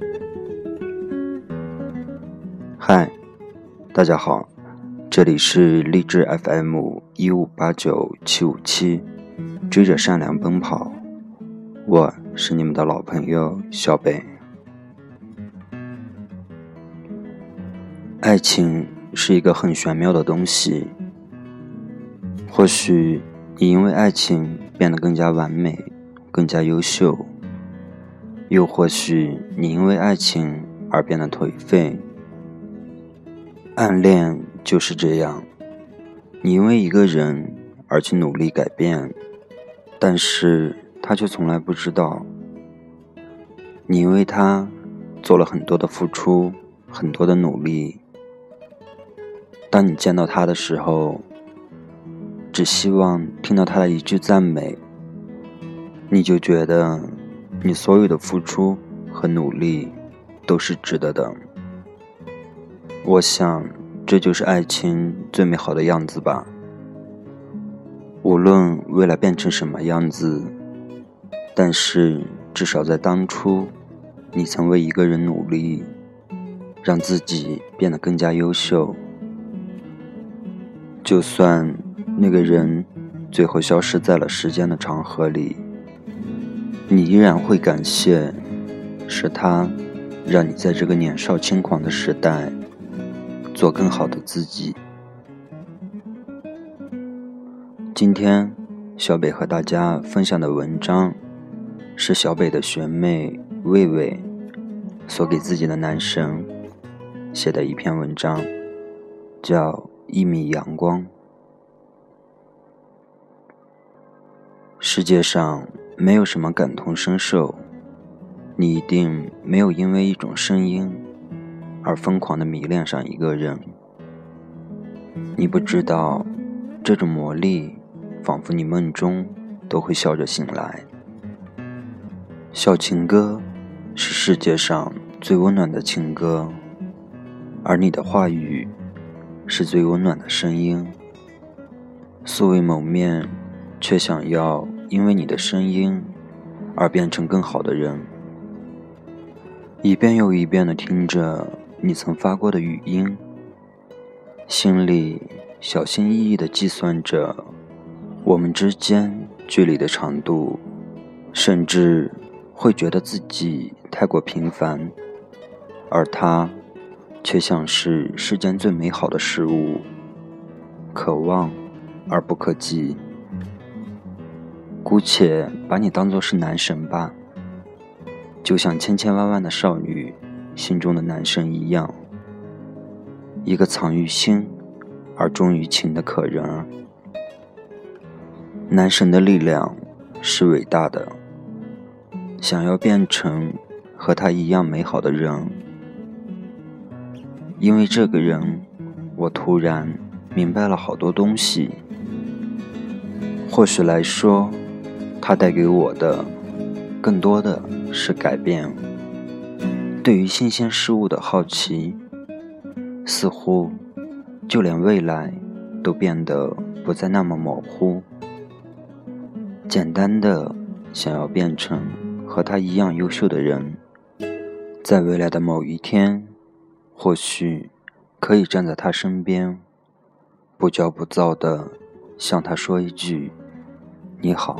嗨，大家好，这里是励志 FM1589757，追着善良奔跑，我是你们的老朋友小北。爱情是一个很玄妙的东西，或许你因为爱情变得更加完美，更加优秀，又或许你因为爱情而变得颓废。暗恋就是这样，你因为一个人而去努力改变，但是他却从来不知道，你因为他做了很多的付出，很多的努力。当你见到他的时候，只希望听到他的一句赞美，你就觉得你所有的付出和努力都是值得的。我想这就是爱情最美好的样子吧。无论未来变成什么样子，但是至少在当初你曾为一个人努力，让自己变得更加优秀。就算那个人最后消失在了时间的长河里，你依然会感谢是他让你在这个年少轻狂的时代做更好的自己。今天小北和大家分享的文章是小北的学妹魏魏所给自己的男神写的一篇文章，叫一米阳光。世界上没有什么感同身受，你一定没有因为一种声音而疯狂地迷恋上一个人。你不知道这种魔力仿佛你梦中都会笑着醒来。小情歌是世界上最温暖的情歌，而你的话语是最温暖的声音。素未谋面，却想要因为你的声音而变成更好的人。一遍又一遍地听着你曾发过的语音，心里小心翼翼地计算着我们之间距离的长度，甚至会觉得自己太过平凡，而他却像是世间最美好的事物，可望而不可及。姑且把你当作是男神吧，就像千千万万的少女心中的男神一样，一个藏于心而忠于情的可人儿。男神的力量是伟大的，想要变成和他一样美好的人。因为这个人，我突然明白了好多东西。或许来说，他带给我的更多的是改变，对于新鲜事物的好奇，似乎就连未来都变得不再那么模糊。简单的想要变成和他一样优秀的人，在未来的某一天，或许可以站在他身边，不骄不躁地向他说一句你好。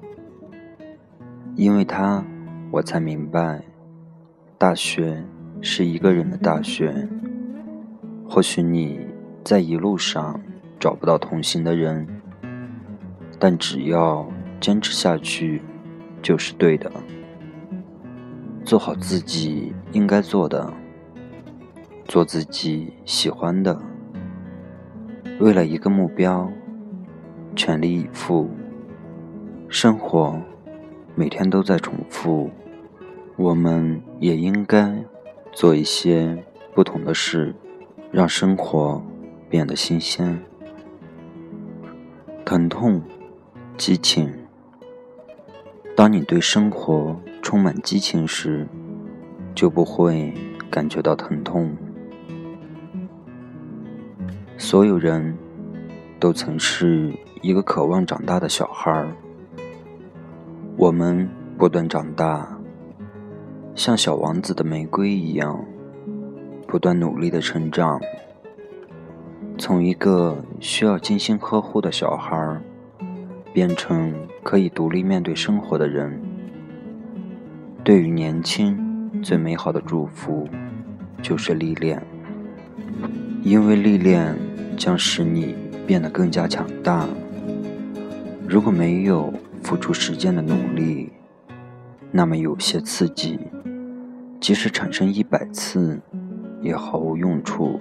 因为他，我才明白，大学是一个人的大学。或许你在一路上找不到同行的人，但只要坚持下去就是对的。做好自己应该做的，做自己喜欢的，为了一个目标全力以赴。生活每天都在重复，我们也应该做一些不同的事，让生活变得新鲜。疼痛，激情。当你对生活充满激情时，就不会感觉到疼痛。所有人都曾是一个渴望长大的小孩，我们不断长大， 像小王子的玫瑰一样，不断努力的成长，从一个需要精心呵护的小孩，变成可以独立面对生活的人。对于年轻，最美好的祝福就是历练，因为历练将使你变得更加强大。如果没有付出时间的努力，那么有些刺激即使产生100次也毫无用处。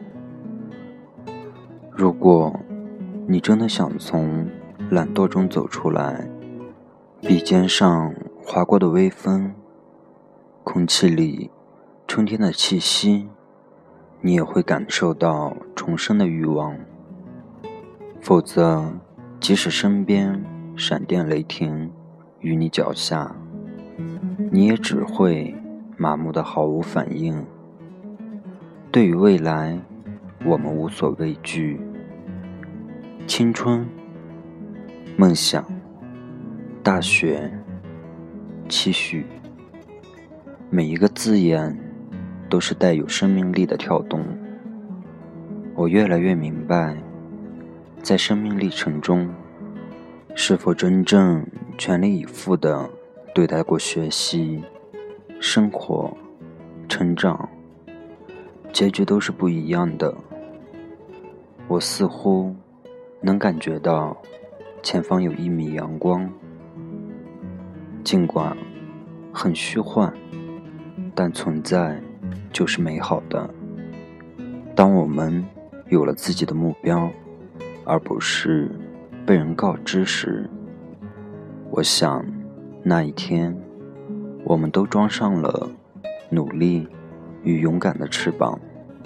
如果你真的想从懒惰中走出来，鼻尖上划过的微风，空气里春天的气息，你也会感受到重生的欲望。否则，即使身边闪电雷霆于你脚下，你也只会麻木的毫无反应。对于未来，我们无所畏惧。青春、梦想、大学、期许，每一个字眼都是带有生命力的跳动。我越来越明白，在生命历程中，是否真正全力以赴地对待过学习、生活、成长，结局都是不一样的。我似乎能感觉到前方有1米阳光，尽管很虚幻，但存在就是美好的。当我们有了自己的目标，而不是被人告知时，我想那一天我们都装上了努力与勇敢的翅膀。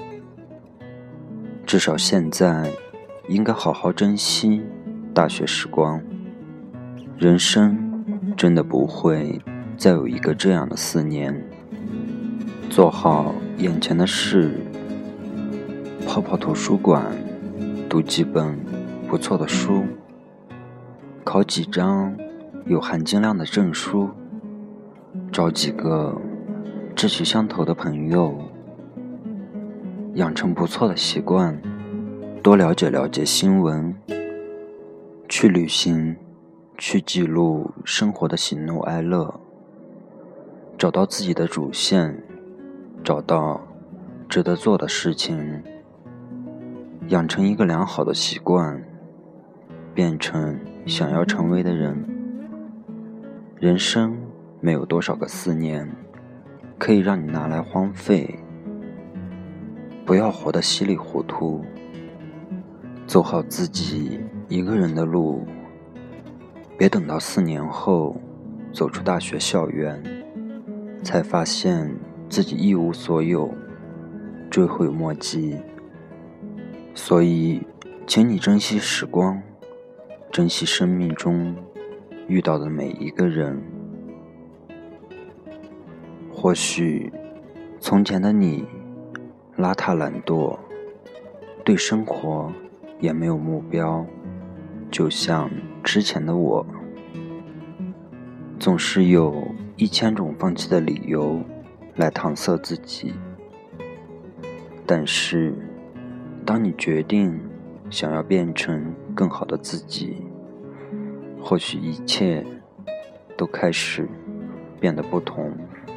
至少现在应该好好珍惜大学时光。人生真的不会再有一个这样的4年。做好眼前的事，泡泡图书馆，读几本不错的书，考几张有含金量的证书，找几个志趣相投的朋友，养成不错的习惯，多了解了解新闻，去旅行，去记录生活的喜怒哀乐，找到自己的主线，找到值得做的事情，养成一个良好的习惯，变成想要成为的人。人生没有多少个4年可以让你拿来荒废，不要活得稀里糊涂，走好自己一个人的路，别等到4年后走出大学校园，才发现自己一无所有，追悔莫及。所以请你珍惜时光，珍惜生命中遇到的每一个人。或许从前的你邋遢懒惰，对生活也没有目标，就像之前的我，总是有1000种放弃的理由来搪塞自己。但是当你决定想要变成更好的自己，或许一切都开始变得不同。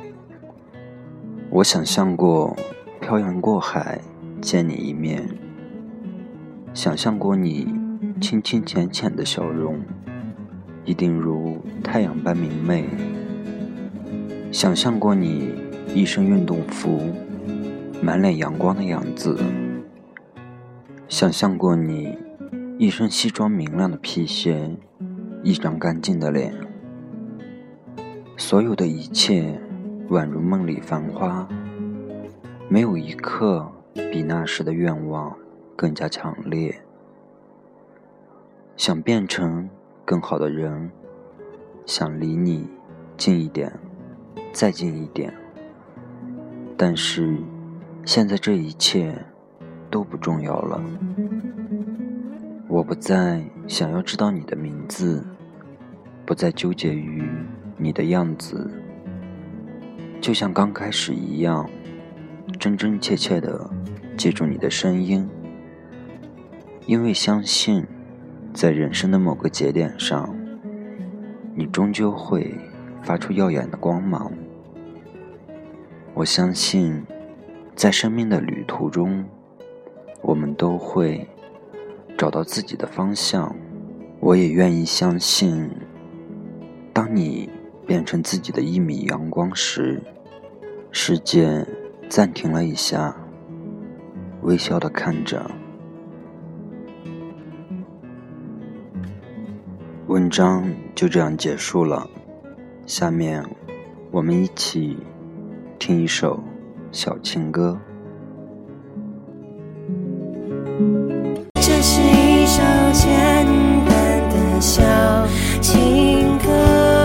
我想象过漂洋过海见你一面，想象过你清清浅浅的笑容一定如太阳般明媚，想象过你一身运动服满脸阳光的样子，想象过你一身西装明亮的皮鞋，一张干净的脸。所有的一切宛如梦里繁花，没有一刻比那时的愿望更加强烈。想变成更好的人，想离你近一点，再近一点。但是现在这一切都不重要了。我不再想要知道你的名字，不再纠结于你的样子， 就像刚开始一样，真真切切地记住你的声音，因为相信在人生的某个节点上，你终究会发出耀眼的光芒。我相信在生命的旅途中，我们都会找到自己的方向。我也愿意相信，当你变成自己的一米阳光时，世界暂停了一下，微笑地看着。文章就这样结束了，下面我们一起听一首小情歌。 这是一首简单的小情歌，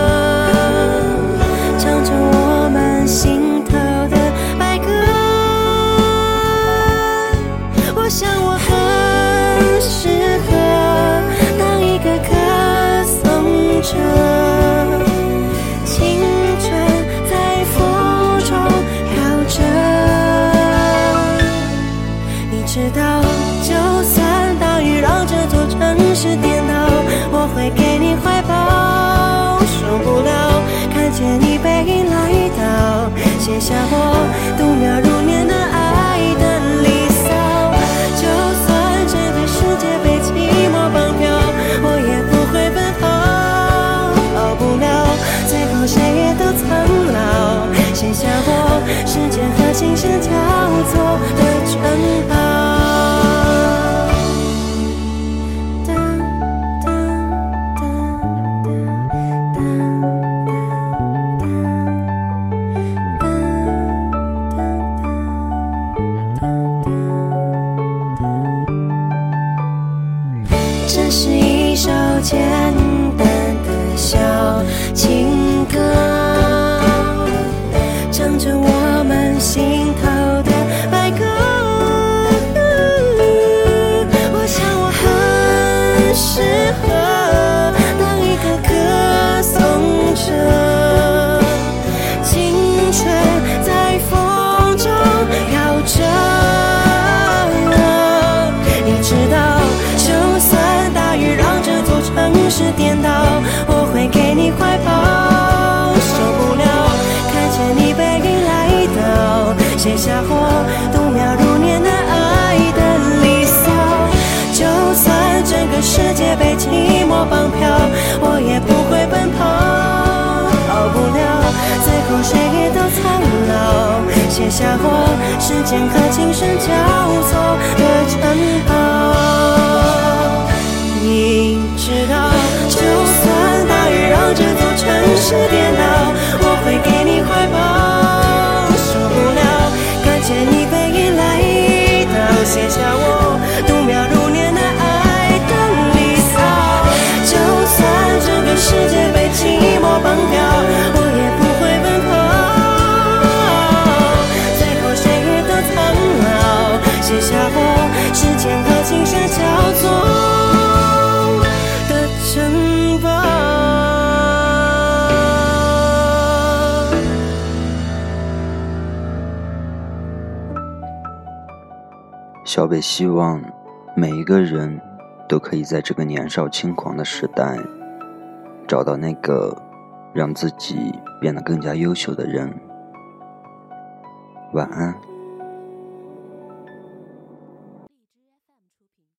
唱着我们心头的白鸽。我想我很适合当一个歌颂者，青春在风中飘着。你知道，就算大雨让这座城市颠倒，我会给你怀抱。受不了看见你背影来到，写下我度秒如年的爱的离骚。就算这个世界被寂寞绑票，我也不会奔跑。跑不了，最后谁也都苍老，写下我时间和琴声交错的称号。这是一首简单的小情歌，唱着我们心头的白鸽。我想我很适合当一个歌颂者，青春在风中飘着。你知道，就算大雨让这座城市颠倒，我会给你怀抱。受不了看见你背影来到，写下我度秒如年的爱的离骚。就算整个世界被寂寞绑票，我也不会奔跑。跑不了，最后谁也都苍老，写下我时间和琴声交错的称号。你知道，就算大雨让这座城市颠倒，我会给你怀抱。受不了看见你背影来到，写下我度秒如年的爱的离骚。就算这个世界被寂寞绑票，我也不会奔跑。最后谁也都苍老，写下我时间和琴声交错城堡。 小北希望每一个人都可以在这个年少轻狂的时代，找到那个让自己变得更加优秀的人。晚安。